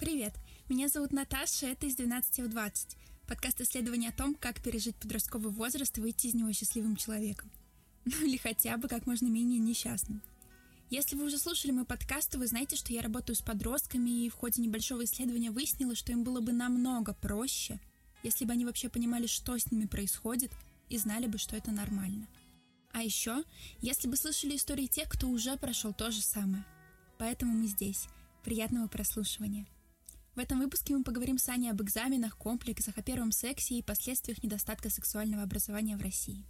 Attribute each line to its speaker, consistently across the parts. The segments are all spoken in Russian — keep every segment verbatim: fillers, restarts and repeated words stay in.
Speaker 1: Привет, меня зовут Наташа, это из двенадцати в двадцать. Подкаст исследования о том, как пережить подростковый возраст и выйти из него счастливым человеком. Ну или хотя бы как можно менее несчастным. Если вы уже слушали мой подкаст, то вы знаете, что я работаю с подростками, и в ходе небольшого исследования выяснила, что им было бы намного проще, если бы они вообще понимали, что с ними происходит, и знали бы, что это нормально. А еще, если бы слышали истории тех, кто уже прошел то же самое. Поэтому мы здесь. Приятного прослушивания. В этом выпуске мы поговорим с Аней об экзаменах, комплексах, о первом сексе и последствиях недостатка сексуального образования в России.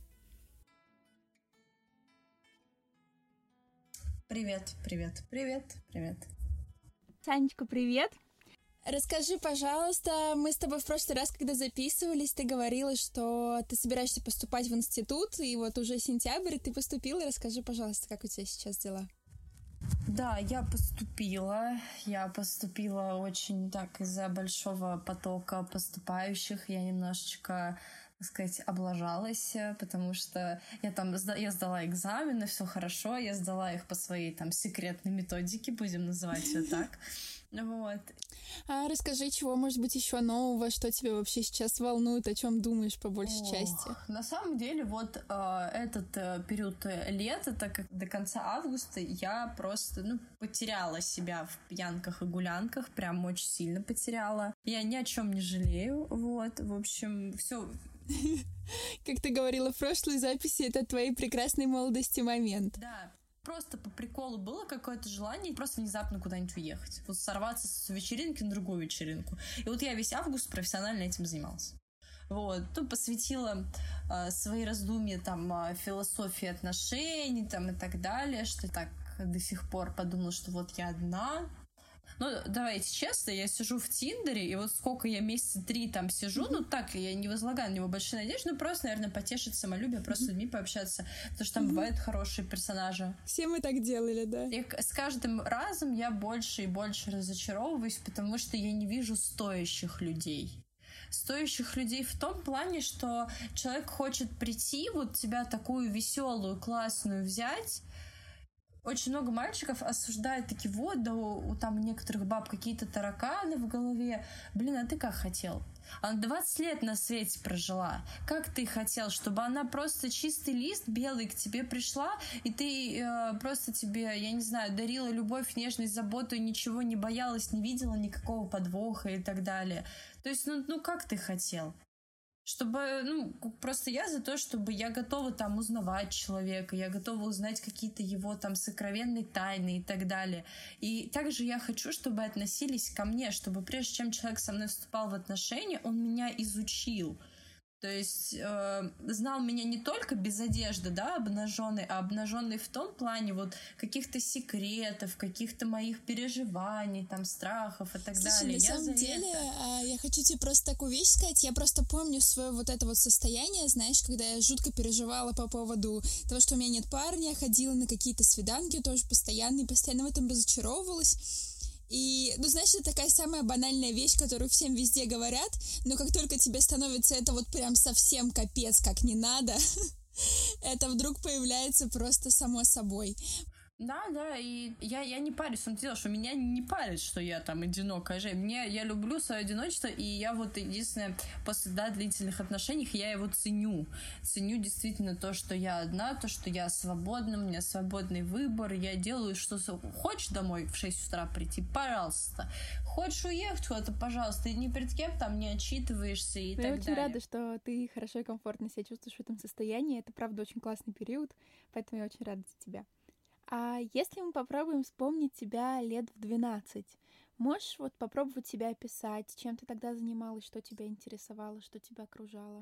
Speaker 2: Привет, привет, привет, привет.
Speaker 1: Санечка, привет. Расскажи, пожалуйста, мы с тобой в прошлый раз, когда записывались, ты говорила, что ты собираешься поступать в институт, и вот уже сентябрь, и ты поступила. Расскажи, пожалуйста, как у тебя сейчас дела?
Speaker 2: Да, я поступила. Я поступила очень так из-за большого потока поступающих. Я немножечко, так сказать, облажалась, потому что я там я сдала экзамены, все хорошо, я сдала их по своей там секретной методике, будем называть ее так. Вот.
Speaker 1: А расскажи, чего может быть еще нового, что тебя вообще сейчас волнует, о чем думаешь по большей
Speaker 2: Ох,
Speaker 1: части?
Speaker 2: На самом деле, вот э, этот э, период лета, так как до конца августа я просто, ну, потеряла себя в пьянках и гулянках, прям очень сильно потеряла. Я ни о чем не жалею, вот, в общем, все.
Speaker 1: Как ты говорила в прошлой записи, это твоей прекрасной молодости момент.
Speaker 2: Да. Просто по приколу было какое-то желание просто внезапно куда-нибудь уехать. Вот сорваться с вечеринки на другую вечеринку. И вот я весь август профессионально этим занималась. Вот. Ну, посвятила э, свои раздумья там э, философии отношений там и так далее, что так до сих пор подумала, что вот я одна. Ну, давайте честно, я сижу в Тиндере, и вот сколько я месяца три там сижу, mm-hmm. ну так, я не возлагаю на него большие надежды, ну просто, наверное, потешить самолюбие, просто mm-hmm. с людьми пообщаться, потому что там mm-hmm. бывают хорошие персонажи.
Speaker 1: Все мы так делали, да.
Speaker 2: И с каждым разом я больше и больше разочаровываюсь, потому что я не вижу стоящих людей. Стоящих людей в том плане, что человек хочет прийти, вот тебя такую веселую, классную взять. Очень много мальчиков осуждают такие, вот, да у, у там у некоторых баб какие-то тараканы в голове. Блин, а ты как хотел? Она двадцать лет на свете прожила. Как ты хотел, чтобы она просто чистый лист белый к тебе пришла, и ты э, просто тебе, я не знаю, дарила любовь, нежность, заботу, и ничего не боялась, не видела никакого подвоха и так далее. То есть, ну, ну как ты хотел? Чтобы, ну, просто я за то, чтобы я готова там узнавать человека, я готова узнать какие-то его там сокровенные тайны и так далее. И также я хочу, чтобы относились ко мне, чтобы прежде чем человек со мной вступал в отношения, он меня изучил. То есть э, знал меня не только без одежды, да, обнаженной, а обнаженной в том плане вот каких-то секретов, каких-то моих переживаний, там, страхов и так
Speaker 1: Слушай,
Speaker 2: далее.
Speaker 1: на
Speaker 2: я
Speaker 1: самом деле, это. я хочу тебе просто такую вещь сказать. Я просто помню свое вот это вот состояние, знаешь, когда я жутко переживала по поводу того, что у меня нет парня, ходила на какие-то свиданки тоже постоянно, и постоянно в этом разочаровывалась. И, ну, знаешь, это такая самая банальная вещь, которую всем везде говорят, но как только тебе становится это вот прям совсем капец, как не надо, это вдруг появляется просто само собой.
Speaker 2: Да, да, и я, я не парюсь, он дело, что меня не парит, что я там одинокая женщина. Мне, я люблю свое одиночество, и я вот единственное, после, да, длительных отношений, я его ценю. Ценю действительно то, что я одна, то, что я свободна, у меня свободный выбор, я делаю, что... Хочешь домой в шесть утра прийти? Пожалуйста. Хочешь уехать куда-то? Пожалуйста. И ни перед кем там не отчитываешься и
Speaker 1: Но
Speaker 2: так
Speaker 1: я
Speaker 2: далее.
Speaker 1: очень рада, что ты хорошо и комфортно себя чувствуешь в этом состоянии. Это, правда, очень классный период, поэтому я очень рада за тебя. А если мы попробуем вспомнить тебя лет в двенадцать, можешь вот попробовать себя описать, чем ты тогда занималась, что тебя интересовало, что тебя окружало?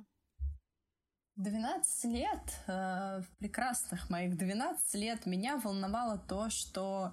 Speaker 2: двенадцать лет, э, прекрасных моих двенадцать лет, меня волновало то, что...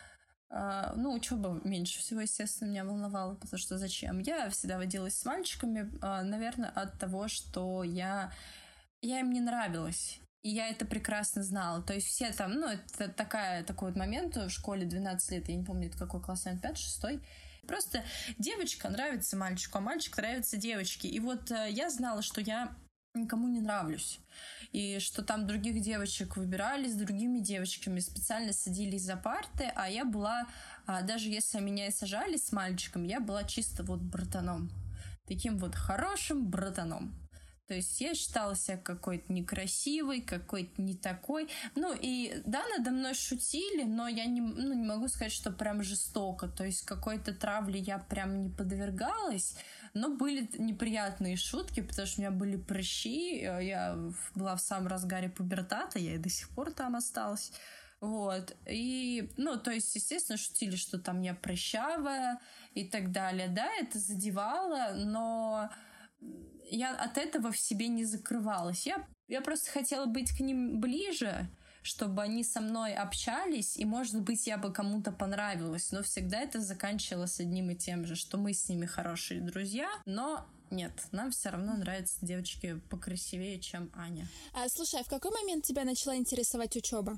Speaker 2: Uh, ну, учеба меньше всего, естественно, меня волновала, потому что зачем? Я всегда водилась с мальчиками, uh, наверное, от того, что я, я им не нравилась. И я это прекрасно знала. То есть все там, ну, это такая, такой вот момент в школе двенадцать лет, я не помню, это какой класс, пятый, шестой. Просто девочка нравится мальчику, а мальчик нравится девочке. И вот uh, я знала, что я никому не нравлюсь. И что там других девочек выбирали, с другими девочками специально садились за парты, а я была, даже если меня и сажали с мальчиком, я была чисто вот братаном. Таким вот хорошим братаном. То есть я считала себя какой-то некрасивой, какой-то не такой. Ну и да, надо мной шутили, но я не, ну, не могу сказать, что прям жестоко. То есть какой-то травле я прям не подвергалась. Но были неприятные шутки, потому что у меня были прыщи. Я была в самом разгаре пубертата, я и до сих пор там осталась. Вот. И, ну, то есть, естественно, шутили, что там я прыщавая и так далее. Да, это задевало, но я от этого в себе не закрывалась. Я, я просто хотела быть к ним ближе, чтобы они со мной общались, и, может быть, я бы кому-то понравилась. Но всегда это заканчивалось одним и тем же, что мы с ними хорошие друзья, но нет, нам все равно нравятся девочки покрасивее, чем Аня.
Speaker 1: А, слушай, а в какой момент тебя начала интересовать учеба?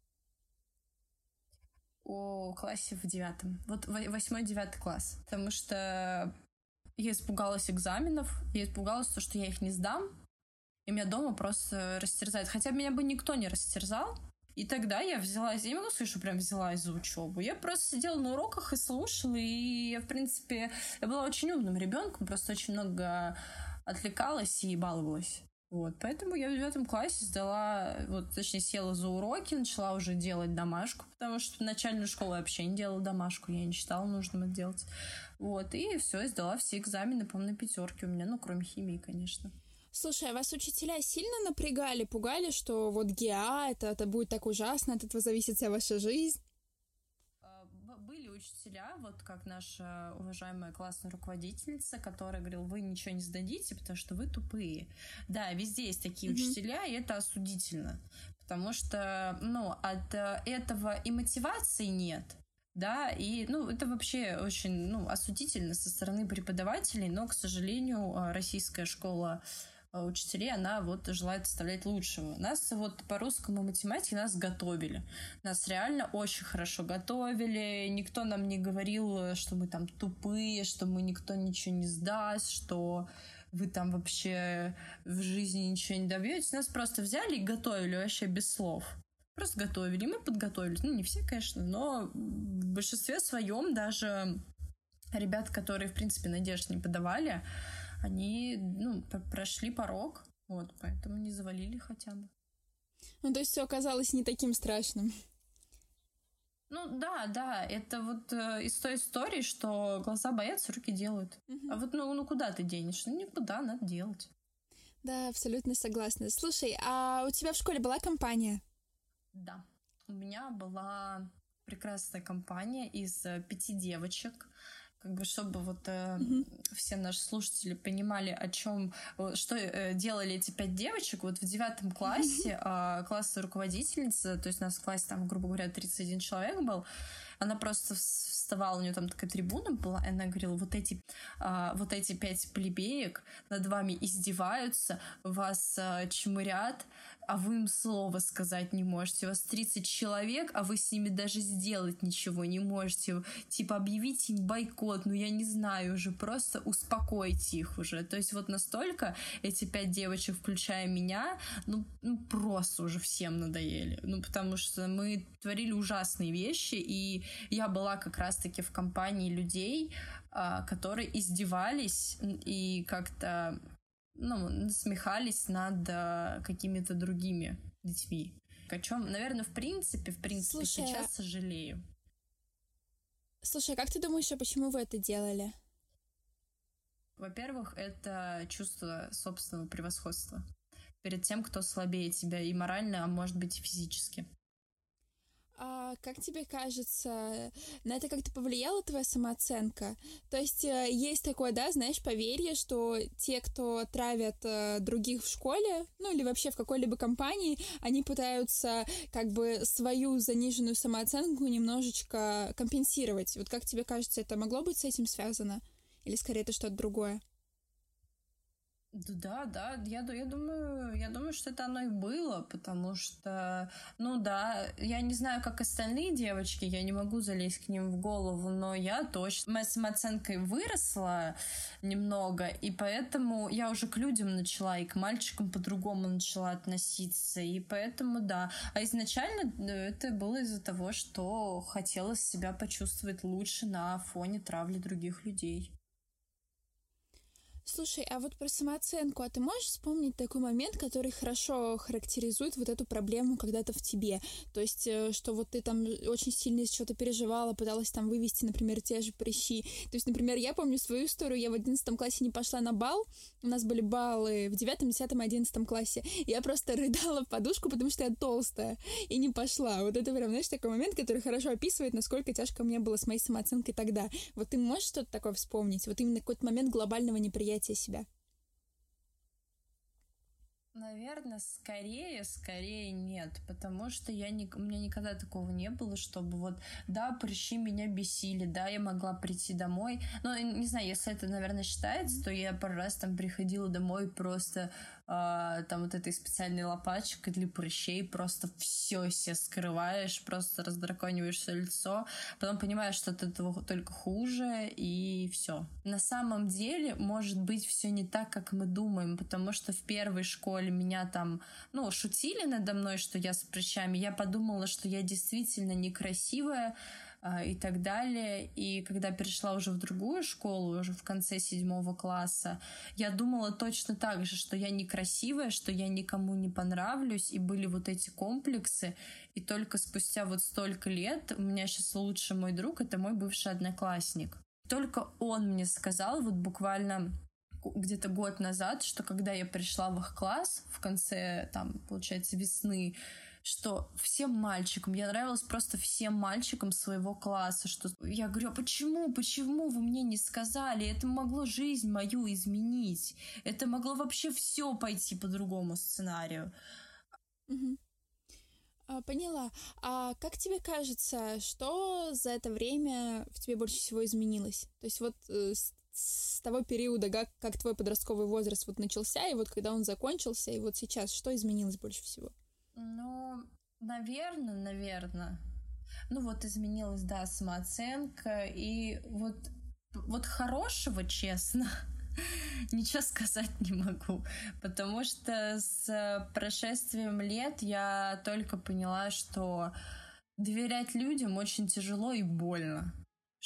Speaker 2: О, классе в девятом. Вот восьмой-девятый класс. Потому что я испугалась экзаменов, я испугалась того, что я их не сдам, и меня дома просто растерзают. Хотя меня бы никто не растерзал. И тогда я взялась, я не могу сказать, что прям взялась за учебу. Я просто сидела на уроках и слушала, и я, в принципе, я была очень умным ребенком, просто очень много отвлекалась и баловалась. Вот, поэтому я в девятом классе сдала, вот, точнее, села за уроки, начала уже делать домашку, потому что в начальную школу я вообще не делала домашку, я не считала нужным это делать. Вот, и все, сдала все экзамены, по-моему, на пятерке у меня, ну, кроме химии, конечно.
Speaker 1: Слушай, а вас учителя сильно напрягали, пугали, что вот ГИА, это, это будет так ужасно, от этого зависит вся ваша жизнь?
Speaker 2: Были учителя, вот как наша уважаемая классная руководительница, которая говорила, вы ничего не сдадите, потому что вы тупые. Да, везде есть такие mm-hmm. учителя, и это осудительно, потому что, ну, от этого и мотивации нет. Да, и, ну, это вообще очень, ну, осудительно со стороны преподавателей, но, к сожалению, российская школа учителей, она вот желает оставлять лучшего. Нас вот по русскому математике нас готовили. Нас реально очень хорошо готовили. Никто нам не говорил, что мы там тупые, что мы никто ничего не сдаст, что вы там вообще в жизни ничего не добьетесь. Нас просто взяли и готовили вообще без слов. Просто готовили. И мы подготовились. Ну, не все, конечно, но в большинстве своем даже ребят, которые, в принципе, надежд не подавали, они, ну, прошли порог, вот, поэтому не завалили хотя бы.
Speaker 1: Ну, то есть все оказалось не таким страшным.
Speaker 2: Ну, да, да, это вот э, из той истории, что глаза боятся, руки делают. Uh-huh. А вот, ну, ну, куда ты денешь? Ну, никуда, надо делать.
Speaker 1: Да, абсолютно согласна. Слушай, а у тебя в школе была компания?
Speaker 2: Да, у меня была прекрасная компания из пяти девочек. Как бы, чтобы вот э, mm-hmm. все наши слушатели понимали, о чем, что э, делали эти пять девочек. Вот в девятом классе mm-hmm. э, классная руководительница, то есть у нас в классе там, грубо говоря, тридцать один человек был, она просто вставала, у нее там такая трибуна была, и она говорила, вот эти, э, вот эти пять плебеек над вами издеваются, вас э, чмырят, а вы им слова сказать не можете. У вас тридцать человек, а вы с ними даже сделать ничего не можете. Типа объявите им бойкот, ну я не знаю уже, просто успокойте их уже. То есть вот настолько эти пять девочек, включая меня, ну, ну просто уже всем надоели. Ну потому что мы творили ужасные вещи, и я была как раз-таки в компании людей, которые издевались и как-то ну, насмехались над а, какими-то другими детьми. О чем, наверное, в принципе, в принципе, Слушай, сейчас сожалею.
Speaker 1: Слушай, а как ты думаешь, а почему вы это делали?
Speaker 2: Во-первых, это чувство собственного превосходства перед тем, кто слабее тебя и морально, а может быть и физически.
Speaker 1: А как тебе кажется, на это как-то повлияла твоя самооценка? То есть есть такое, да, знаешь, поверье, что те, кто травят других в школе, ну или вообще в какой-либо компании, они пытаются как бы свою заниженную самооценку немножечко компенсировать. Вот как тебе кажется, это могло быть с этим связано? Или скорее это что-то другое?
Speaker 2: Да, да, я, ду- я думаю, я думаю, что это оно и было, потому что, ну да, я не знаю, как остальные девочки, я не могу залезть к ним в голову, но я точно, моя самооценка выросла немного, и поэтому я уже к людям начала и к мальчикам по-другому начала относиться, и поэтому да. А изначально э, это было из-за того, что хотелось себя почувствовать лучше на фоне травли других людей.
Speaker 1: Слушай, а вот про самооценку, а ты можешь вспомнить такой момент, который хорошо характеризует вот эту проблему когда-то в тебе? То есть, э, что вот ты там очень сильно из чего-то переживала, пыталась там вывести, например, те же прыщи. То есть, например, я помню свою историю, я в одиннадцатом классе не пошла на бал, у нас были баллы в девятом, десятом, одиннадцатом классе, я просто рыдала в подушку, потому что я толстая, и не пошла. Вот это прям, знаешь, такой момент, который хорошо описывает, насколько тяжко мне было с моей самооценкой тогда. Вот ты можешь что-то такое вспомнить? Вот именно какой-то момент глобального неприятия себя?
Speaker 2: Наверное, скорее, скорее нет, потому что я не, у меня никогда такого не было, чтобы вот, да, прыщи меня бесили, да, я могла прийти домой, но не знаю, если это, наверное, считается, то я пару раз там приходила домой просто а, там вот этой специальной лопаточкой для прыщей, просто все себе скрываешь, просто раздракониваешь все лицо, потом понимаешь, что от этого только хуже, и все. На самом деле, может быть, все не так, как мы думаем, потому что в первой школе меня там, ну, шутили надо мной, что я с прыщами, я подумала, что я действительно некрасивая, и так далее. И когда перешла уже в другую школу, уже в конце седьмого класса, я думала точно так же, что я некрасивая, что я никому не понравлюсь, и были вот эти комплексы. И только спустя вот столько лет, у меня сейчас лучший мой друг, это мой бывший одноклассник. Только он мне сказал, вот буквально где-то год назад, что когда я пришла в их класс в конце, там, получается, весны, что всем мальчикам, я нравилась просто всем мальчикам своего класса, что я говорю, а почему, почему вы мне не сказали? Это могло жизнь мою изменить, это могло вообще все пойти по другому сценарию.
Speaker 1: Угу. А, поняла. А как тебе кажется, что за это время в тебе больше всего изменилось? То есть вот э, с, с того периода, как, как твой подростковый возраст вот начался, и вот когда он закончился, и вот сейчас, что изменилось больше всего?
Speaker 2: Ну, наверное, наверное. Ну вот изменилась, да, самооценка. И вот, вот хорошего, честно, ничего сказать не могу. Потому что с прошествием лет я только поняла, что доверять людям очень тяжело и больно.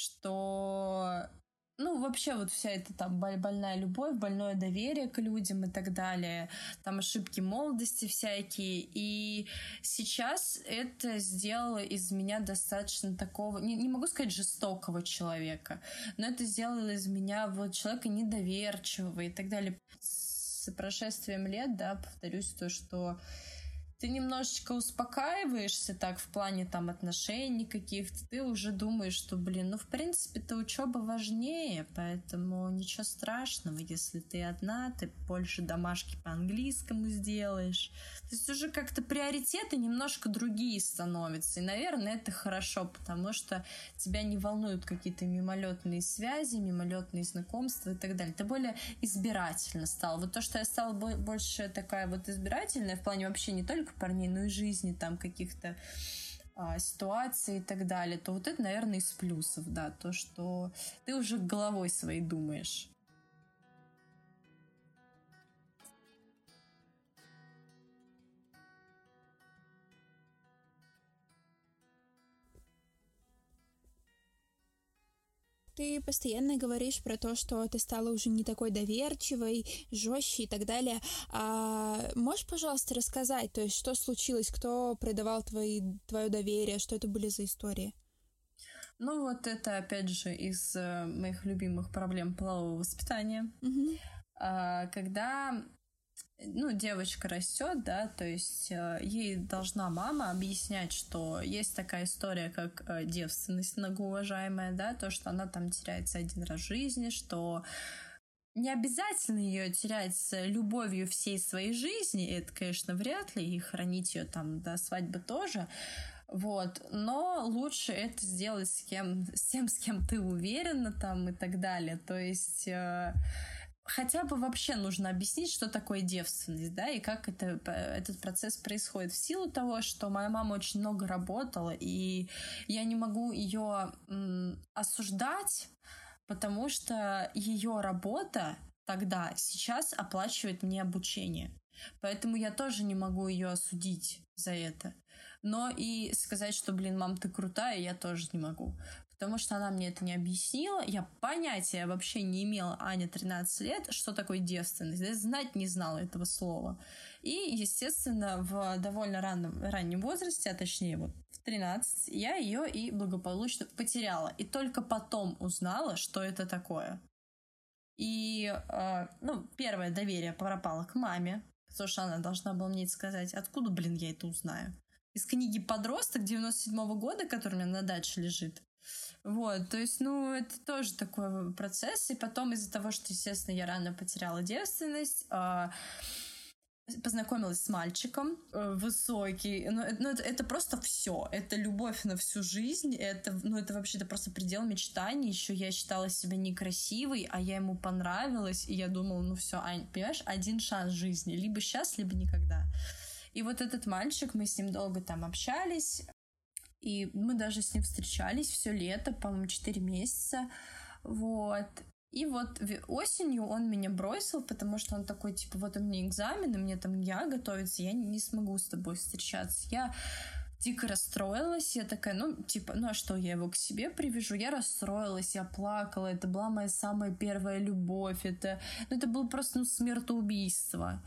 Speaker 2: Что ну, вообще вот вся эта там больная любовь, больное доверие к людям и так далее, там ошибки молодости всякие. И сейчас это сделало из меня достаточно такого, не, не могу сказать жестокого человека, но это сделало из меня вот человека недоверчивого и так далее. С прошествием лет, да, повторюсь, то, что ты немножечко успокаиваешься так в плане там отношений каких-то, ты уже думаешь, что, блин, ну, в принципе-то учеба важнее, поэтому ничего страшного, если ты одна, ты больше домашки по-английскому сделаешь. То есть уже как-то приоритеты немножко другие становятся, и, наверное, это хорошо, потому что тебя не волнуют какие-то мимолетные связи, мимолетные знакомства и так далее. Ты более избирательно стал. Вот то, что я стала больше такая вот избирательная в плане вообще не только парней, но и жизни, там каких-то а, ситуаций и так далее, то вот это, наверное, из плюсов, да, то, что ты уже головой своей думаешь.
Speaker 1: Ты постоянно говоришь про то, что ты стала уже не такой доверчивой, жестче и так далее. А можешь, пожалуйста, рассказать, то есть, что случилось, кто предавал твои, твое доверие, что это были за истории?
Speaker 2: Ну вот это, опять же, из э, моих любимых проблем полового воспитания.
Speaker 1: Угу.
Speaker 2: А, когда ну, девочка растет, да, то есть э, ей должна мама объяснять, что есть такая история, как э, девственность многоуважаемая, да, то, что она там теряется один раз в жизни, что не обязательно ее терять с любовью всей своей жизни, это, конечно, вряд ли, и хранить ее там до свадьбы тоже, вот, но лучше это сделать с кем, с тем, с кем ты уверена там и так далее, то есть... Э, хотя бы вообще нужно объяснить, что такое девственность, да, и как это, этот процесс происходит. В силу того, что моя мама очень много работала, и я не могу ее м, осуждать, потому что ее работа тогда, сейчас оплачивает мне обучение. Поэтому я тоже не могу ее осудить за это. Но и сказать, что, блин, мам, ты крутая, я тоже не могу. Потому что она мне это не объяснила. Я понятия вообще не имела, Аня, тринадцать лет, что такое девственность. Я знать не знала этого слова. И, естественно, в довольно раннем, раннем возрасте, а точнее вот в тринадцать, я ее и благополучно потеряла. И только потом узнала, что это такое. И, э, ну, первое доверие пропало к маме, потому что она должна была мне это сказать. Откуда, блин, я это узнаю? Из книги «Подросток» девяносто седьмого года, которая у меня на даче лежит. Вот, то есть, ну, это тоже такой процесс. И потом из-за того, что, естественно, я рано потеряла девственность, э, познакомилась с мальчиком, э, высокий. Ну, ну это, это просто все. Это любовь на всю жизнь. Это, ну, это вообще-то просто предел мечтаний. Еще я считала себя некрасивой, а я ему понравилась. И я думала, ну все, Ань, понимаешь, один шанс в жизни. Либо сейчас, либо никогда. И вот этот мальчик, мы с ним долго там общались. И мы даже с ним встречались все лето, по-моему, четыре месяца. Вот. И вот осенью он меня бросил, потому что он такой, типа, вот у меня экзамены, мне там я готовиться, я не смогу с тобой встречаться. Я дико расстроилась, я такая, ну, типа, ну а что, я его к себе привяжу? Я расстроилась, я плакала, это была моя самая первая любовь, это, ну, это было просто, ну, смертоубийство.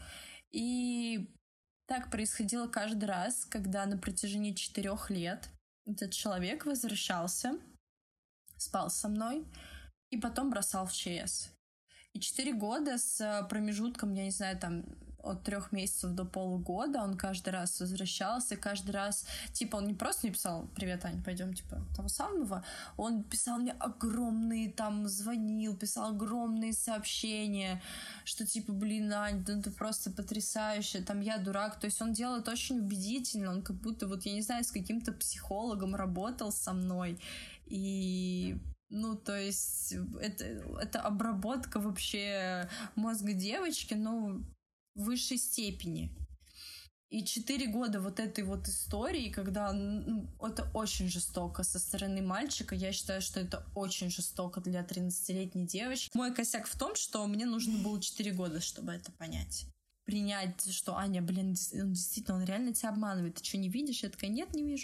Speaker 2: И так происходило каждый раз, когда на протяжении четырех лет этот человек возвращался, спал со мной, и потом бросал в ЧС. И четыре года с промежутком, я не знаю, там, от трех месяцев до полугода он каждый раз возвращался, каждый раз, типа, он не просто не писал «Привет, Ань, пойдем», типа, того самого, он писал мне огромные, там, звонил, писал огромные сообщения, что, типа, блин, Ань, ну ты просто потрясающая, там, я дурак, то есть он делает очень убедительно, он как будто, вот, я не знаю, с каким-то психологом работал со мной, и... Ну, то есть это, это обработка вообще мозга девочки, ну, в высшей степени. И четыре года вот этой вот истории, когда ну, это очень жестоко со стороны мальчика, я считаю, что это очень жестоко для тринадцатилетней девочки. Мой косяк в том, что мне нужно было четыре года, чтобы это понять. Принять, что Аня, блин, он действительно, он реально тебя обманывает. Ты что, не видишь? Я такая, нет, не вижу.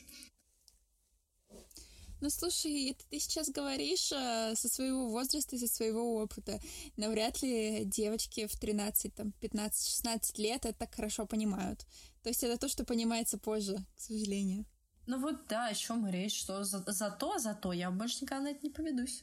Speaker 1: Ну, слушай, это ты сейчас говоришь э, со своего возраста и со своего опыта. Навряд ли девочки в тринадцать, там, пятнадцать-шестнадцать лет это так хорошо понимают. То есть это то, что понимается позже, к сожалению.
Speaker 2: Ну вот да, о чем речь, что за, зато, зато я больше никогда на это не поведусь.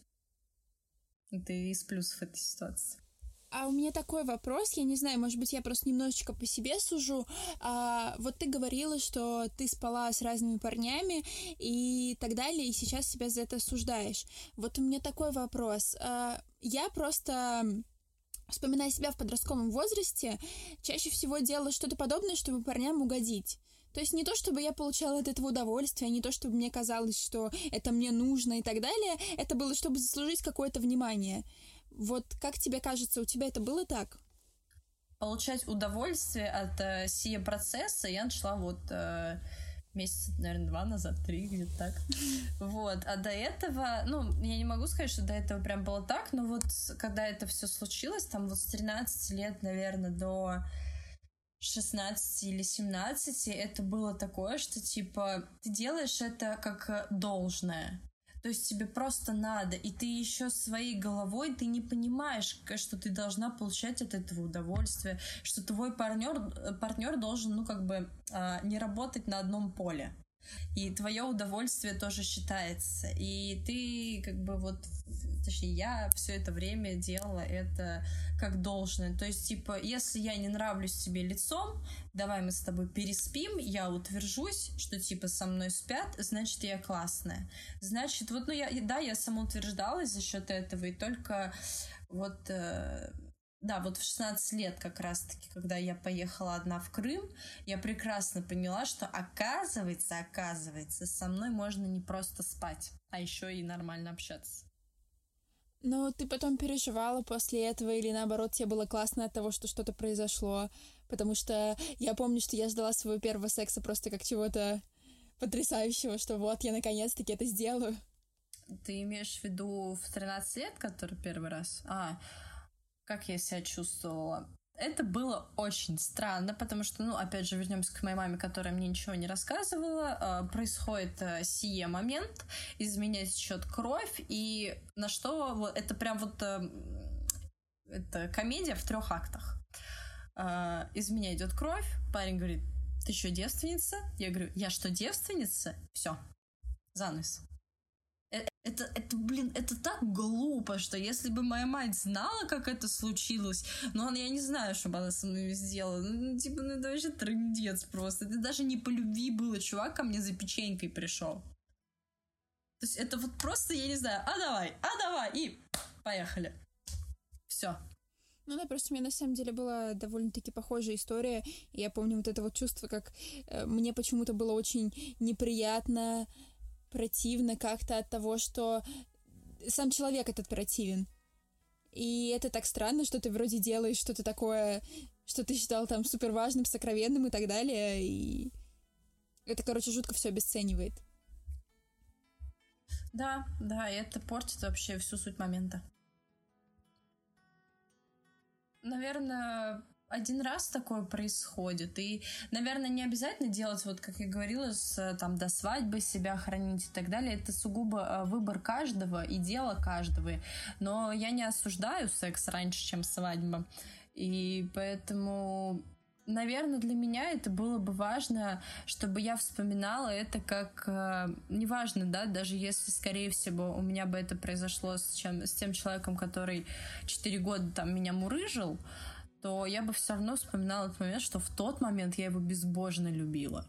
Speaker 2: Это из плюсов этой ситуации.
Speaker 1: А у меня такой вопрос, я не знаю, может быть, я просто немножечко по себе сужу. А, вот ты говорила, что ты спала с разными парнями и так далее, и сейчас себя за это осуждаешь. Вот у меня такой вопрос. А, я просто, вспоминая себя в подростковом возрасте, чаще всего делала что-то подобное, чтобы парням угодить. То есть не то, чтобы я получала от этого удовольствие, не то, чтобы мне казалось, что это мне нужно и так далее. Это было, чтобы заслужить какое-то внимание. Вот как тебе кажется, у тебя это было так?
Speaker 2: Получать удовольствие от э, сия процесса я начала вот э, месяца, наверное, два назад, три, где-то так. Вот. А до этого, ну, я не могу сказать, что до этого прям было так, но вот когда это все случилось, там вот с тринадцати лет, наверное, до шестнадцати или семнадцати, это было такое, что, типа, ты делаешь это как должное. То есть тебе просто надо, и ты еще своей головой, ты не понимаешь, что ты должна получать от этого удовольствие, что твой партнер, партнер должен, ну, как бы, не работать на одном поле. И твое удовольствие тоже считается. И ты, как бы, вот, точнее, я все это время делала это как должное. То есть, типа, если я не нравлюсь тебе лицом, давай мы с тобой переспим, я утвержусь, что, типа, со мной спят, значит, я классная. Значит, вот, ну, я, да, я самоутверждалась за счет этого, и только вот... Да, вот в шестнадцать лет как раз-таки, когда я поехала одна в Крым, я прекрасно поняла, что оказывается, оказывается, со мной можно не просто спать, а еще и нормально общаться.
Speaker 1: Но ты потом переживала после этого или наоборот тебе было классно от того, что что-то произошло? Потому что я помню, что я ждала своего первого секса просто как чего-то потрясающего, что вот я наконец-таки это сделаю.
Speaker 2: Ты имеешь в виду в тринадцать лет, который первый раз? А, как я себя чувствовала? Это было очень странно, потому что, ну, опять же, вернемся к моей маме, которая мне ничего не рассказывала. Происходит сие момент, из меня течет кровь, и на что вот это прям вот это комедия в трех актах. Из меня идет кровь, парень говорит: ты что, девственница? Я говорю: я что, девственница? Все, занавес. Это, это, блин, это так глупо, что если бы моя мать знала, как это случилось, ну, я не знаю, что бы она со мной сделала. Ну, типа, ну, это вообще трындец просто. Это даже не по любви было. Чувак ко мне за печенькой пришел. То есть это вот просто, я не знаю, а давай, а давай, и поехали. Все.
Speaker 1: Ну да, просто у меня на самом деле была довольно-таки похожая история. И я помню вот это вот чувство, как э, мне почему-то было очень неприятно, противно как-то от того, что сам человек этот противен. И это так странно, что ты вроде делаешь что-то такое, что ты считал там супер важным, сокровенным и так далее, и это, короче, жутко все обесценивает.
Speaker 2: Да, да, и это портит вообще всю суть момента. Наверное, один раз такое происходит, и, наверное, не обязательно делать, вот как я говорила, с, там, до свадьбы себя хранить и так далее. Это сугубо выбор каждого и дело каждого. Но я не осуждаю секс раньше, чем свадьба. И поэтому, наверное, для меня это было бы важно, чтобы я вспоминала это как, э, неважно, да, даже если, скорее всего, у меня бы это произошло с, чем, с тем человеком, который четыре года там меня мурыжил, то я бы все равно вспоминала этот момент, что в тот момент я его безбожно любила.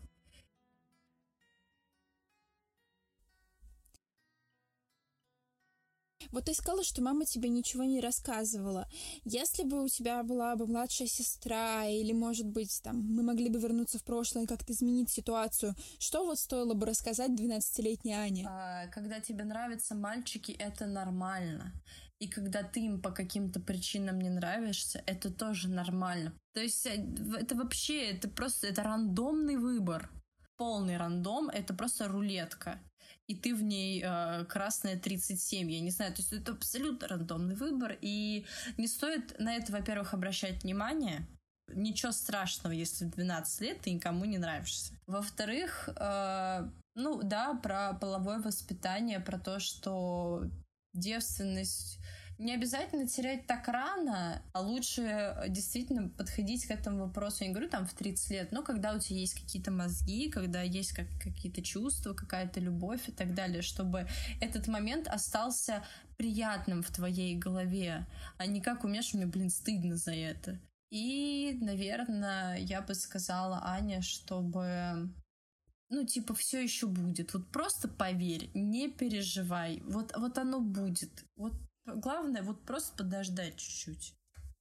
Speaker 1: Вот ты сказала, что мама тебе ничего не рассказывала. Если бы у тебя была бы младшая сестра, или, может быть, там, мы могли бы вернуться в прошлое и как-то изменить ситуацию, что вот стоило бы рассказать двенадцатилетней Ане?
Speaker 2: А, когда тебе нравятся мальчики, это нормально. И когда ты им по каким-то причинам не нравишься, это тоже нормально. То есть это вообще, это просто, это рандомный выбор. Полный рандом, это просто рулетка. И ты в ней э, красная тридцать семь, я не знаю. То есть это абсолютно рандомный выбор. И не стоит на это, во-первых, обращать внимание. Ничего страшного, если в двенадцать лет ты никому не нравишься. Во-вторых, э, ну да, про половое воспитание, про то, что девственность не обязательно терять так рано, а лучше действительно подходить к этому вопросу. Я не говорю там в тридцать лет, но когда у тебя есть какие-то мозги, когда есть как, какие-то чувства, какая-то любовь и так далее, чтобы этот момент остался приятным в твоей голове, а не как у меня, что мне, блин, стыдно за это. И, наверное, я бы сказала Ане, чтобы... Ну, типа, все еще будет. Вот просто поверь, не переживай. Вот, вот оно будет. Вот главное, вот просто подождать чуть-чуть.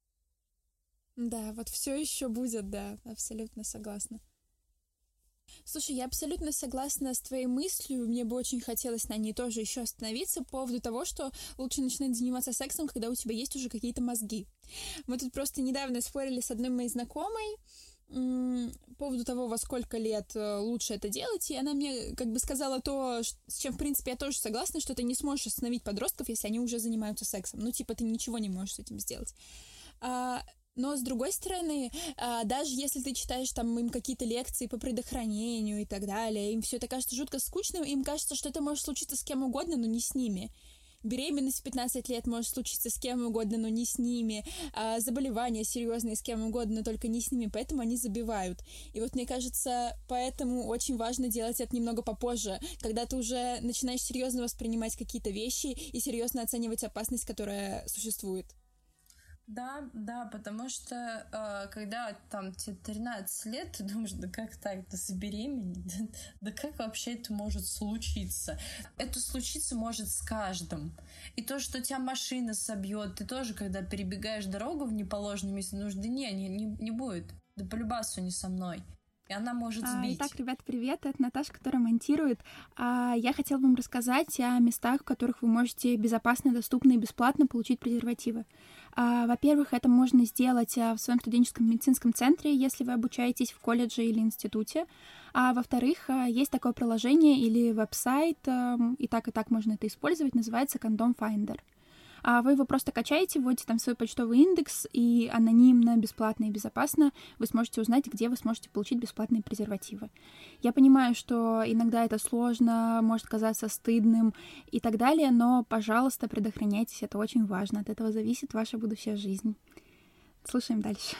Speaker 1: Да, вот все еще будет, да, абсолютно согласна. Слушай, я абсолютно согласна с твоей мыслью. Мне бы очень хотелось на ней тоже еще остановиться по поводу того, что лучше начинать заниматься сексом, когда у тебя есть уже какие-то мозги. Мы тут просто недавно спорили с одной моей знакомой по поводу того, во сколько лет лучше это делать, и она мне как бы сказала то, с чем, в принципе, я тоже согласна, что ты не сможешь остановить подростков, если они уже занимаются сексом. Ну, типа, ты ничего не можешь с этим сделать. А, но, с другой стороны, а, даже если ты читаешь там им какие-то лекции по предохранению и так далее, им все это кажется жутко скучным, им кажется, что это может случиться с кем угодно, но не с ними. Беременность в пятнадцать лет может случиться с кем угодно, но не с ними. А заболевания серьезные с кем угодно, но только не с ними. Поэтому они забивают. И вот мне кажется, поэтому очень важно делать это немного попозже, когда ты уже начинаешь серьезно воспринимать какие-то вещи и серьезно оценивать опасность, которая существует.
Speaker 2: Да, да, потому что э, когда там тебе тринадцать лет, ты думаешь, да как так, да забеременеть, да, да как вообще это может случиться? Это случиться может с каждым. И то, что тебя машина собьет, ты тоже, когда перебегаешь дорогу в неположенном месте, думаешь, да не, не, не, не будет, да по любасу не со мной. И и она может сбить.
Speaker 1: Итак, ребят, привет, это Наташа, которая монтирует. Я хотела вам рассказать о местах, в которых вы можете безопасно, доступно и бесплатно получить презервативы. Во-первых, это можно сделать в своем студенческом медицинском центре, если вы обучаетесь в колледже или институте. А во-вторых, есть такое приложение или веб-сайт, и так и так можно это использовать, называется Condom Finder. А вы его просто качаете, вводите там свой почтовый индекс, и анонимно, бесплатно и безопасно вы сможете узнать, где вы сможете получить бесплатные презервативы. Я понимаю, что иногда это сложно, может казаться стыдным и так далее, но, пожалуйста, предохраняйтесь, это очень важно. От этого зависит ваша будущая жизнь. Слушаем дальше.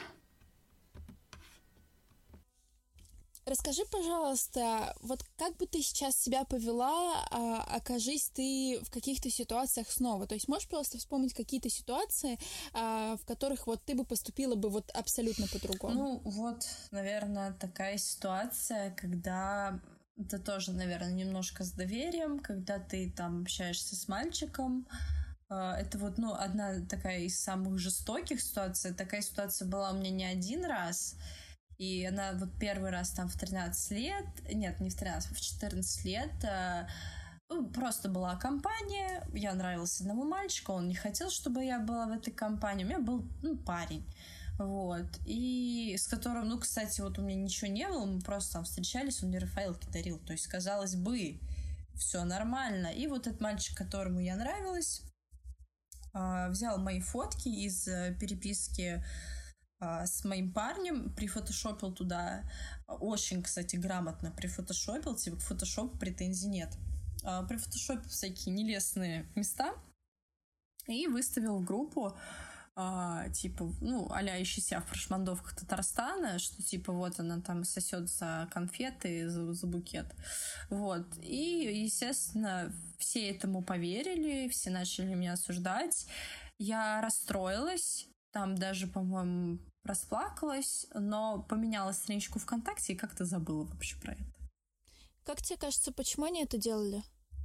Speaker 3: Расскажи, пожалуйста, вот как бы ты сейчас себя повела, а, окажись ты в каких-то ситуациях снова? То есть можешь просто вспомнить какие-то ситуации, а, в которых вот ты бы поступила бы вот абсолютно по-другому?
Speaker 2: Ну, вот, наверное, такая ситуация, когда это тоже, наверное, немножко с доверием, когда ты там общаешься с мальчиком. Это вот, ну, одна такая из самых жестоких ситуаций. Такая ситуация была у меня не один раз. И она вот первый раз там в тринадцать лет, нет, не в тринадцать, в четырнадцать лет, ну, просто была компания, я нравилась одному мальчику, он не хотел, чтобы я была в этой компании, у меня был, ну, парень, вот, и с которым, ну, кстати, вот у меня ничего не было, мы просто там встречались, он мне Рафаэлки дарил, то есть, казалось бы, все нормально, и вот этот мальчик, которому я нравилась, взял мои фотки из переписки с моим парнем, прифотошопил туда, очень, кстати, грамотно прифотошопил, типа к фотошопу претензий нет, прифотошопил всякие нелестные места и выставил в группу, типа, ну, а-ля ищи себя в прошмандовках Татарстана, что типа вот она там сосет за конфеты, за, за букет, вот, и, естественно, все этому поверили, все начали меня осуждать, я расстроилась, там даже, по-моему, расплакалась, но поменяла страничку ВКонтакте и как-то забыла вообще про это.
Speaker 3: Как тебе кажется, почему они это делали?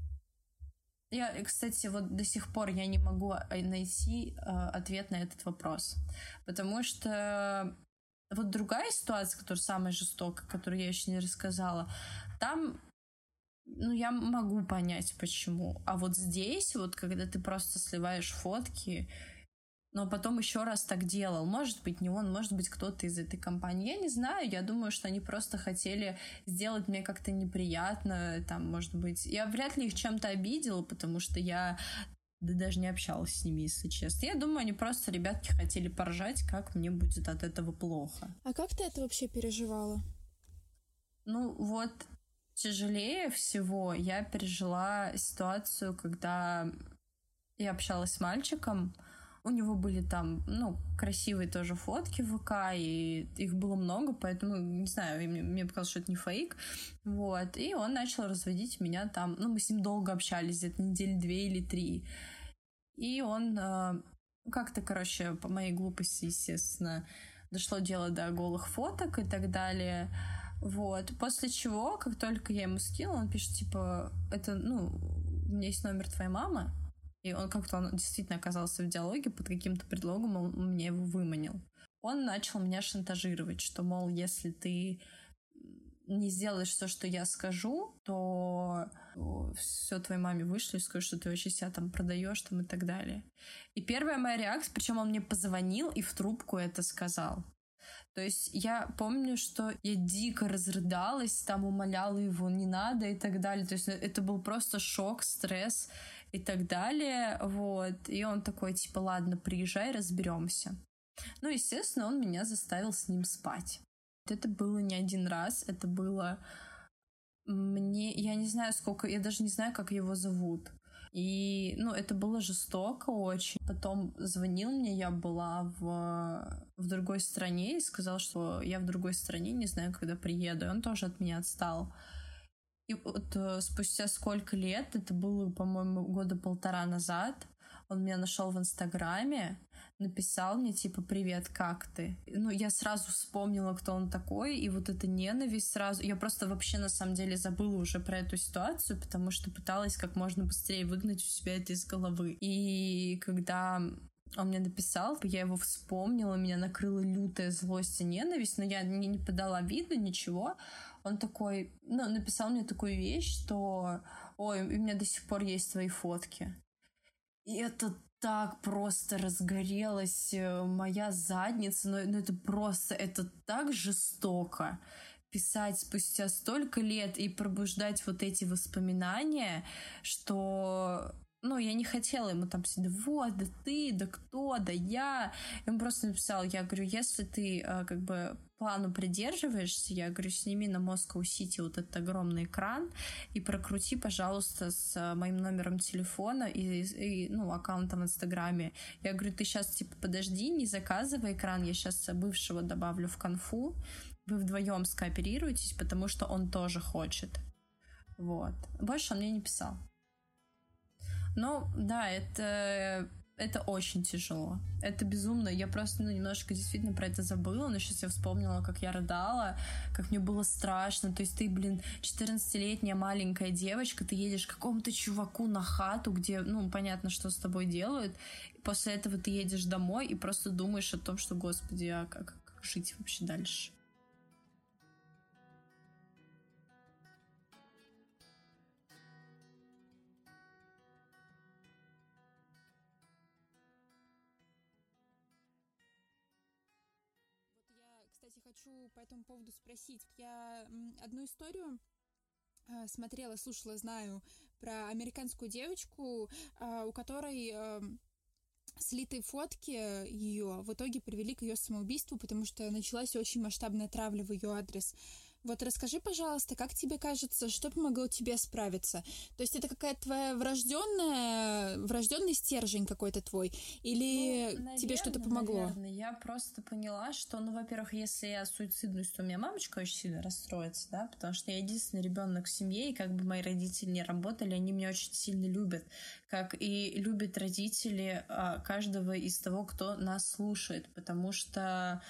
Speaker 2: Я, кстати, вот до сих пор я не могу найти э, ответ на этот вопрос, потому что вот другая ситуация, которая самая жестокая, которую я еще не рассказала, там, ну, я могу понять, почему. А вот здесь, вот когда ты просто сливаешь фотки, но потом еще раз так делал. Может быть, не он, может быть, кто-то из этой компании. Я не знаю, я думаю, что они просто хотели сделать мне как-то неприятно, там, может быть. Я вряд ли их чем-то обидела, потому что я да, даже не общалась с ними, если честно. Я думаю, они просто, ребятки, хотели поржать, как мне будет от этого плохо.
Speaker 3: А как ты это вообще переживала?
Speaker 2: Ну, вот, тяжелее всего я пережила ситуацию, когда я общалась с мальчиком. У него были там, ну, красивые тоже фотки в ВК, и их было много, поэтому, не знаю, мне, мне показалось, что это не фейк, вот, и он начал разводить меня там, ну, мы с ним долго общались, где-то недели две или три, и он э, как-то, короче, по моей глупости, естественно, дошло дело до голых фоток и так далее, вот, после чего, как только я ему скинула, он пишет, типа, это, ну, у меня есть номер твоей мамы. И он как-то он действительно оказался в диалоге, под каким-то предлогом он мне его выманил. Он начал меня шантажировать, что, мол, если ты не сделаешь все, что я скажу, то все твоей маме вышлю и скажу, что ты вообще себя там продаешь там и так далее. И первая моя реакция, причем он мне позвонил и в трубку это сказал. То есть я помню, что я дико разрыдалась, там умоляла его, не надо и так далее. То есть это был просто шок, стресс и так далее, вот, и он такой, типа, ладно, приезжай, разберемся. Ну, естественно, он меня заставил с ним спать. Это было не один раз, это было мне, я не знаю сколько, я даже не знаю, как его зовут. И, ну, это было жестоко очень. Потом звонил мне, я была в, в другой стране и сказал, что я в другой стране, не знаю, когда приеду. И он тоже от меня отстал. И вот э, спустя сколько лет, это было, по-моему, года полтора назад, он меня нашел в Инстаграме, написал мне, типа, привет, как ты? Ну, я сразу вспомнила, кто он такой, и вот эта ненависть сразу... Я просто вообще, на самом деле, забыла уже про эту ситуацию, потому что пыталась как можно быстрее выгнать у себя это из головы. И когда Он мне написал, я его вспомнила, меня накрыла лютая злость и ненависть, но я не, не подала виду, ничего. Он такой, ну, написал мне такую вещь, что ой, у меня до сих пор есть твои фотки. И это так просто разгорелась моя задница, но, но это просто, это так жестоко. Писать спустя столько лет и пробуждать вот эти воспоминания, что... Ну, я не хотела ему там сидеть, вот, да ты, да кто, да я. И он просто написал, я говорю, если ты как бы плану придерживаешься, я говорю, сними на Moscow City вот этот огромный экран и прокрути, пожалуйста, с моим номером телефона и, и ну, аккаунтом в Инстаграме. Я говорю, ты сейчас, типа, подожди, не заказывай экран, я сейчас бывшего добавлю в конфу, вы вдвоем скооперируетесь, потому что он тоже хочет. Вот. Больше он мне не писал. Ну, да, это, это очень тяжело. Это безумно. Я просто ну, немножко действительно про это забыла, но сейчас я вспомнила, как я рыдала, как мне было страшно. То есть ты, блин, четырнадцатилетняя маленькая девочка, ты едешь к какому-то чуваку на хату, где, ну, понятно, что с тобой делают. И после этого ты едешь домой и просто думаешь о том, что, господи, а как, как жить вообще дальше?
Speaker 3: Хочу по этому поводу спросить. Я одну историю э, смотрела, слушала, знаю про американскую девочку, э, у которой э, слитые фотки ее в итоге привели к ее самоубийству, потому что началась очень масштабная травля в ее адрес. Вот расскажи, пожалуйста, как тебе кажется, что помогло тебе справиться? То есть это какая-то твоя врожденная, врожденный стержень какой-то твой? Или ну, наверное, тебе что-то помогло?
Speaker 2: Наверное, я просто поняла, что, ну, во-первых, если я суициднусь, то у меня мамочка очень сильно расстроится, да, потому что я единственный ребенок в семье, и как бы мои родители не работали, они меня очень сильно любят, как и любят родители а, каждого из того, кто нас слушает, потому что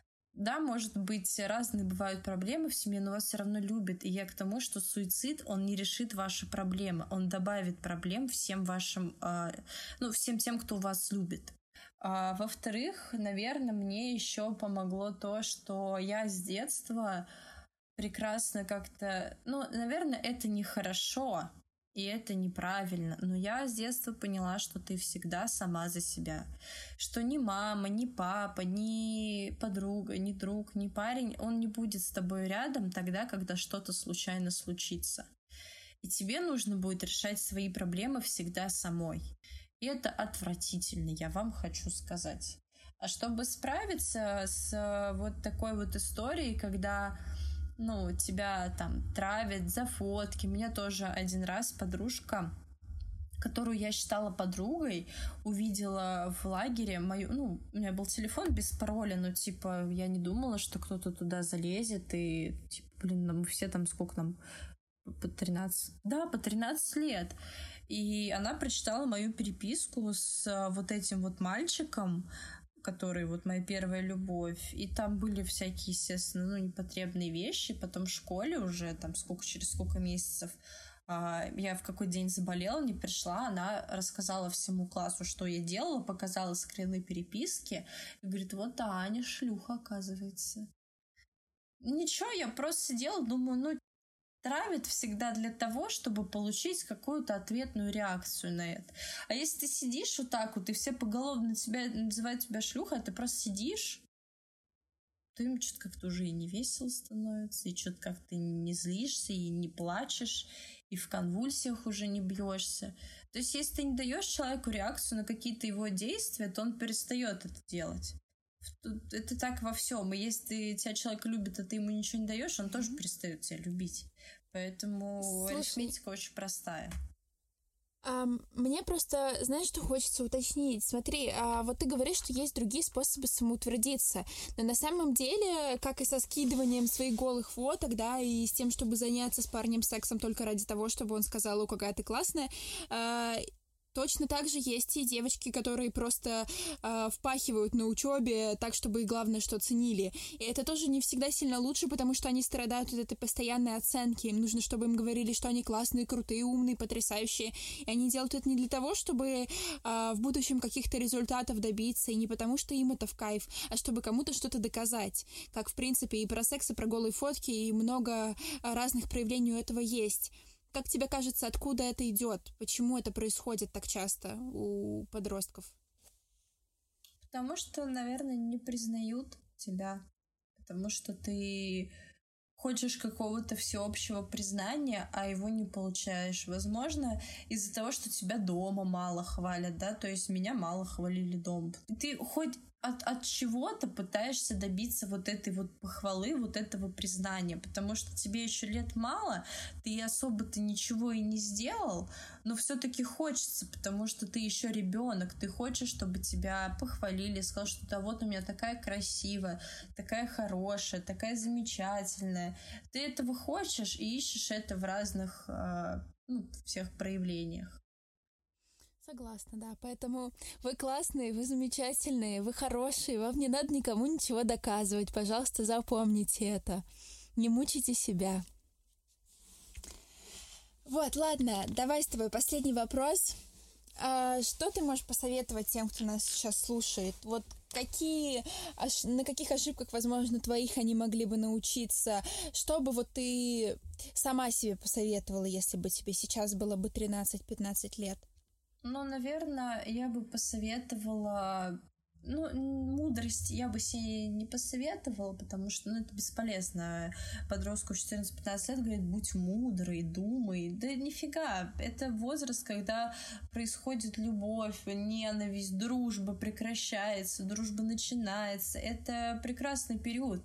Speaker 2: да, может быть, разные бывают проблемы в семье, но вас все равно любят. И я к тому, что суицид, он не решит ваши проблемы. Он добавит проблем всем вашим, э, ну, всем тем, кто вас любит. А, во-вторых, наверное, мне еще помогло то, что я с детства прекрасно как-то... Ну, наверное, это нехорошо, и это неправильно, но я с детства поняла, что ты всегда сама за себя. Что ни мама, ни папа, ни подруга, ни друг, ни парень, он не будет с тобой рядом тогда, когда что-то случайно случится. И тебе нужно будет решать свои проблемы всегда самой. И это отвратительно, я вам хочу сказать. А чтобы справиться с вот такой вот историей, когда... ну, тебя там травят за фотки. Меня тоже один раз подружка, которую я считала подругой, увидела в лагере мою... Ну, у меня был телефон без пароля, но, типа, я не думала, что кто-то туда залезет, и, типа, блин, мы все там, сколько нам, по тринадцать... Да, по тринадцать лет. И она прочитала мою переписку с вот этим вот мальчиком, который вот моя первая любовь, и там были всякие, естественно, ну, непотребные вещи. Потом в школе уже, там, сколько, через сколько месяцев а, я в какой день заболела, не пришла, она рассказала всему классу, что я делала, показала скрины переписки, и говорит, вот, да, Аня шлюха, оказывается. Ничего, я просто сидела, думаю, ну, травят всегда для того, чтобы получить какую-то ответную реакцию на это. А если ты сидишь вот так вот, и все поголовно на тебя называют тебя шлюхой, а ты просто сидишь, то им что-то как-то уже и не весело становится, и что-то как-то не злишься, и не плачешь, и в конвульсиях уже не бьешься. То есть если ты не даешь человеку реакцию на какие-то его действия, то он перестает это делать. Это так во всем. И если тебя человек любит, а ты ему ничего не даешь, он тоже перестает тебя любить. Поэтому Слушай, арифметика очень простая.
Speaker 3: А, мне просто, знаешь, что хочется уточнить? Смотри, а вот ты говоришь, что есть другие способы самоутвердиться, но на самом деле, как и со скидыванием своих голых фоток, да, и с тем, чтобы заняться с парнем сексом только ради того, чтобы он сказал, о, какая ты классная, а, Точно так же есть и девочки, которые просто э, впахивают на учебе так, чтобы главное, что ценили. И это тоже не всегда сильно лучше, потому что они страдают от этой постоянной оценки. Им нужно, чтобы им говорили, что они классные, крутые, умные, потрясающие. И они делают это не для того, чтобы э, в будущем каких-то результатов добиться, и не потому, что им это в кайф, а чтобы кому-то что-то доказать. Как, в принципе, и про секс, и про голые фотки, и много разных проявлений у этого есть. Как тебе кажется, откуда это идет? Почему это происходит так часто у подростков?
Speaker 2: Потому что, наверное, не признают тебя. Потому что ты хочешь какого-то всеобщего признания, а его не получаешь. Возможно, из-за того, что тебя дома мало хвалят, да, то есть меня мало хвалили дома. Ты хоть от, от чего-то пытаешься добиться вот этой вот похвалы, вот этого признания, потому что тебе еще лет мало, ты особо-то ничего и не сделал, но все-таки хочется, потому что ты еще ребенок, ты хочешь, чтобы тебя похвалили, сказал, что да, вот у меня такая красивая, такая хорошая, такая замечательная. Ты этого хочешь и ищешь это в разных, ну, всех проявлениях.
Speaker 3: Согласна, да. Поэтому вы классные, вы замечательные, вы хорошие, вам не надо никому ничего доказывать. Пожалуйста, запомните это. Не мучайте себя. Вот, ладно, давай с тобой последний вопрос. А что ты можешь посоветовать тем, кто нас сейчас слушает? Вот какие, на каких ошибках, возможно, твоих они могли бы научиться? Что бы вот ты сама себе посоветовала, если бы тебе сейчас было бы тринадцать-пятнадцать лет?
Speaker 2: Ну, наверное, я бы посоветовала... Ну, мудрость я бы себе не посоветовала, потому что, ну, это бесполезно. Подростку в четырнадцать-пятнадцать лет говорит, будь мудрый, думай. Да нифига, это возраст, когда происходит любовь, ненависть, дружба прекращается, дружба начинается. Это прекрасный период.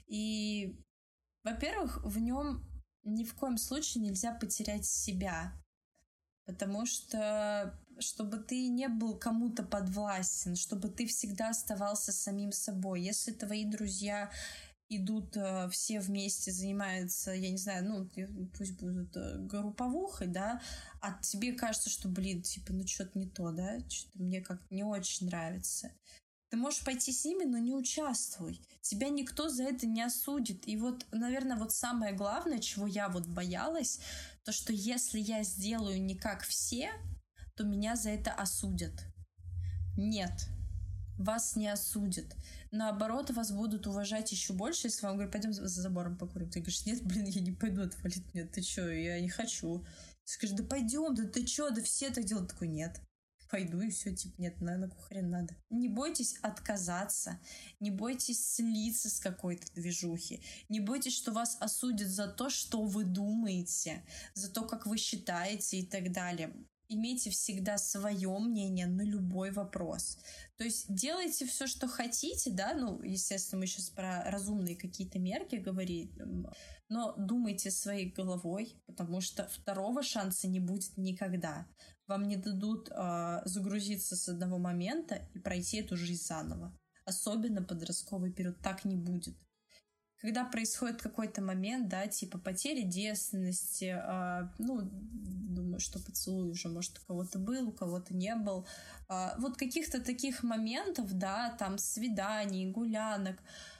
Speaker 2: И, во-первых, в нем ни в коем случае нельзя потерять себя. Потому что, чтобы ты не был кому-то подвластен, чтобы ты всегда оставался самим собой. Если твои друзья идут э, все вместе, занимаются, я не знаю, ну, пусть будут э, групповухой, да, а тебе кажется, что, блин, типа, ну, что-то не то, да, что-то мне как-то не очень нравится. Ты можешь пойти с ними, но не участвуй. Тебя никто за это не осудит. И вот, наверное, вот самое главное, чего я вот боялась, то, что если я сделаю не как все, то меня за это осудят. Нет, вас не осудят. Наоборот, вас будут уважать еще больше, если вам говорят, пойдем за забором покурим. Ты говоришь, нет, блин, я не пойду, отвалит меня, ты что, я не хочу. Ты скажешь, да пойдем, да ты что, да все так делают. Такой, нет. Пойду и все, типа, нет, наверное, хрен надо. Не бойтесь отказаться, не бойтесь слиться с какой-то движухи, не бойтесь, что вас осудят за то, что вы думаете, за то, как вы считаете и так далее. Имейте всегда свое мнение на любой вопрос. То есть делайте все, что хотите, да, ну, естественно, мы сейчас про разумные какие-то мерки говорим, но думайте своей головой, потому что второго шанса не будет никогда. Вам не дадут э, загрузиться с одного момента и пройти эту жизнь заново. Особенно подростковый период, так не будет. Когда происходит какой-то момент, да, типа потери девственности, э, ну, думаю, что поцелуй уже, может, у кого-то был, у кого-то не был. Э, вот каких-то таких моментов, да, там свиданий, гулянок.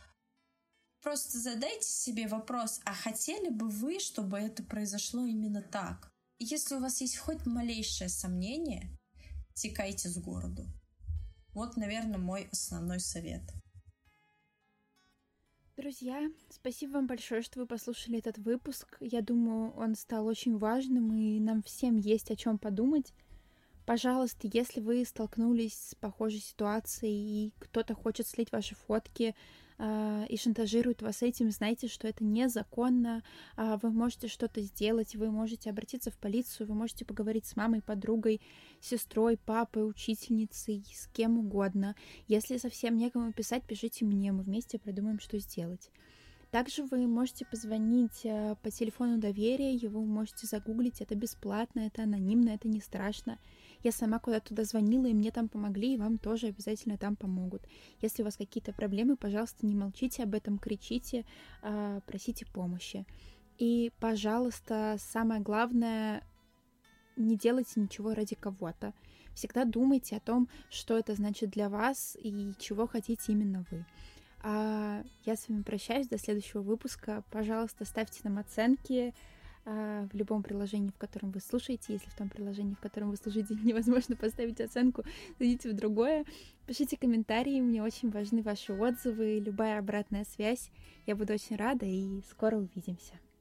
Speaker 2: Просто задайте себе вопрос, а хотели бы вы, чтобы это произошло именно так? Если у вас есть хоть малейшее сомнение, текайте с городу. Вот, наверное, мой основной совет.
Speaker 3: Друзья, спасибо вам большое, что вы послушали этот выпуск. Я думаю, он стал очень важным, и нам всем есть о чем подумать. Пожалуйста, если вы столкнулись с похожей ситуацией, и кто-то хочет слить ваши фотки э, и шантажирует вас этим, знайте, что это незаконно. Э, вы можете что-то сделать, вы можете обратиться в полицию, вы можете поговорить с мамой, подругой, сестрой, папой, учительницей, с кем угодно. Если совсем некому писать, пишите мне, мы вместе придумаем, что сделать. Также вы можете позвонить по телефону доверия, его вы можете загуглить, это бесплатно, это анонимно, это не страшно. Я сама куда-то туда звонила, и мне там помогли, и вам тоже обязательно там помогут. Если у вас какие-то проблемы, пожалуйста, не молчите об этом, кричите, просите помощи. И, пожалуйста, самое главное, не делайте ничего ради кого-то.
Speaker 1: всегда думайте о том, что это значит для вас и чего хотите именно вы. А я с вами прощаюсь до следующего выпуска. Пожалуйста, ставьте нам оценки а, в любом приложении, в котором вы слушаете. Если в том приложении, в котором вы слушаете, невозможно поставить оценку, зайдите в другое. Пишите комментарии, мне очень важны ваши отзывы, любая обратная связь. Я буду очень рада, и скоро увидимся.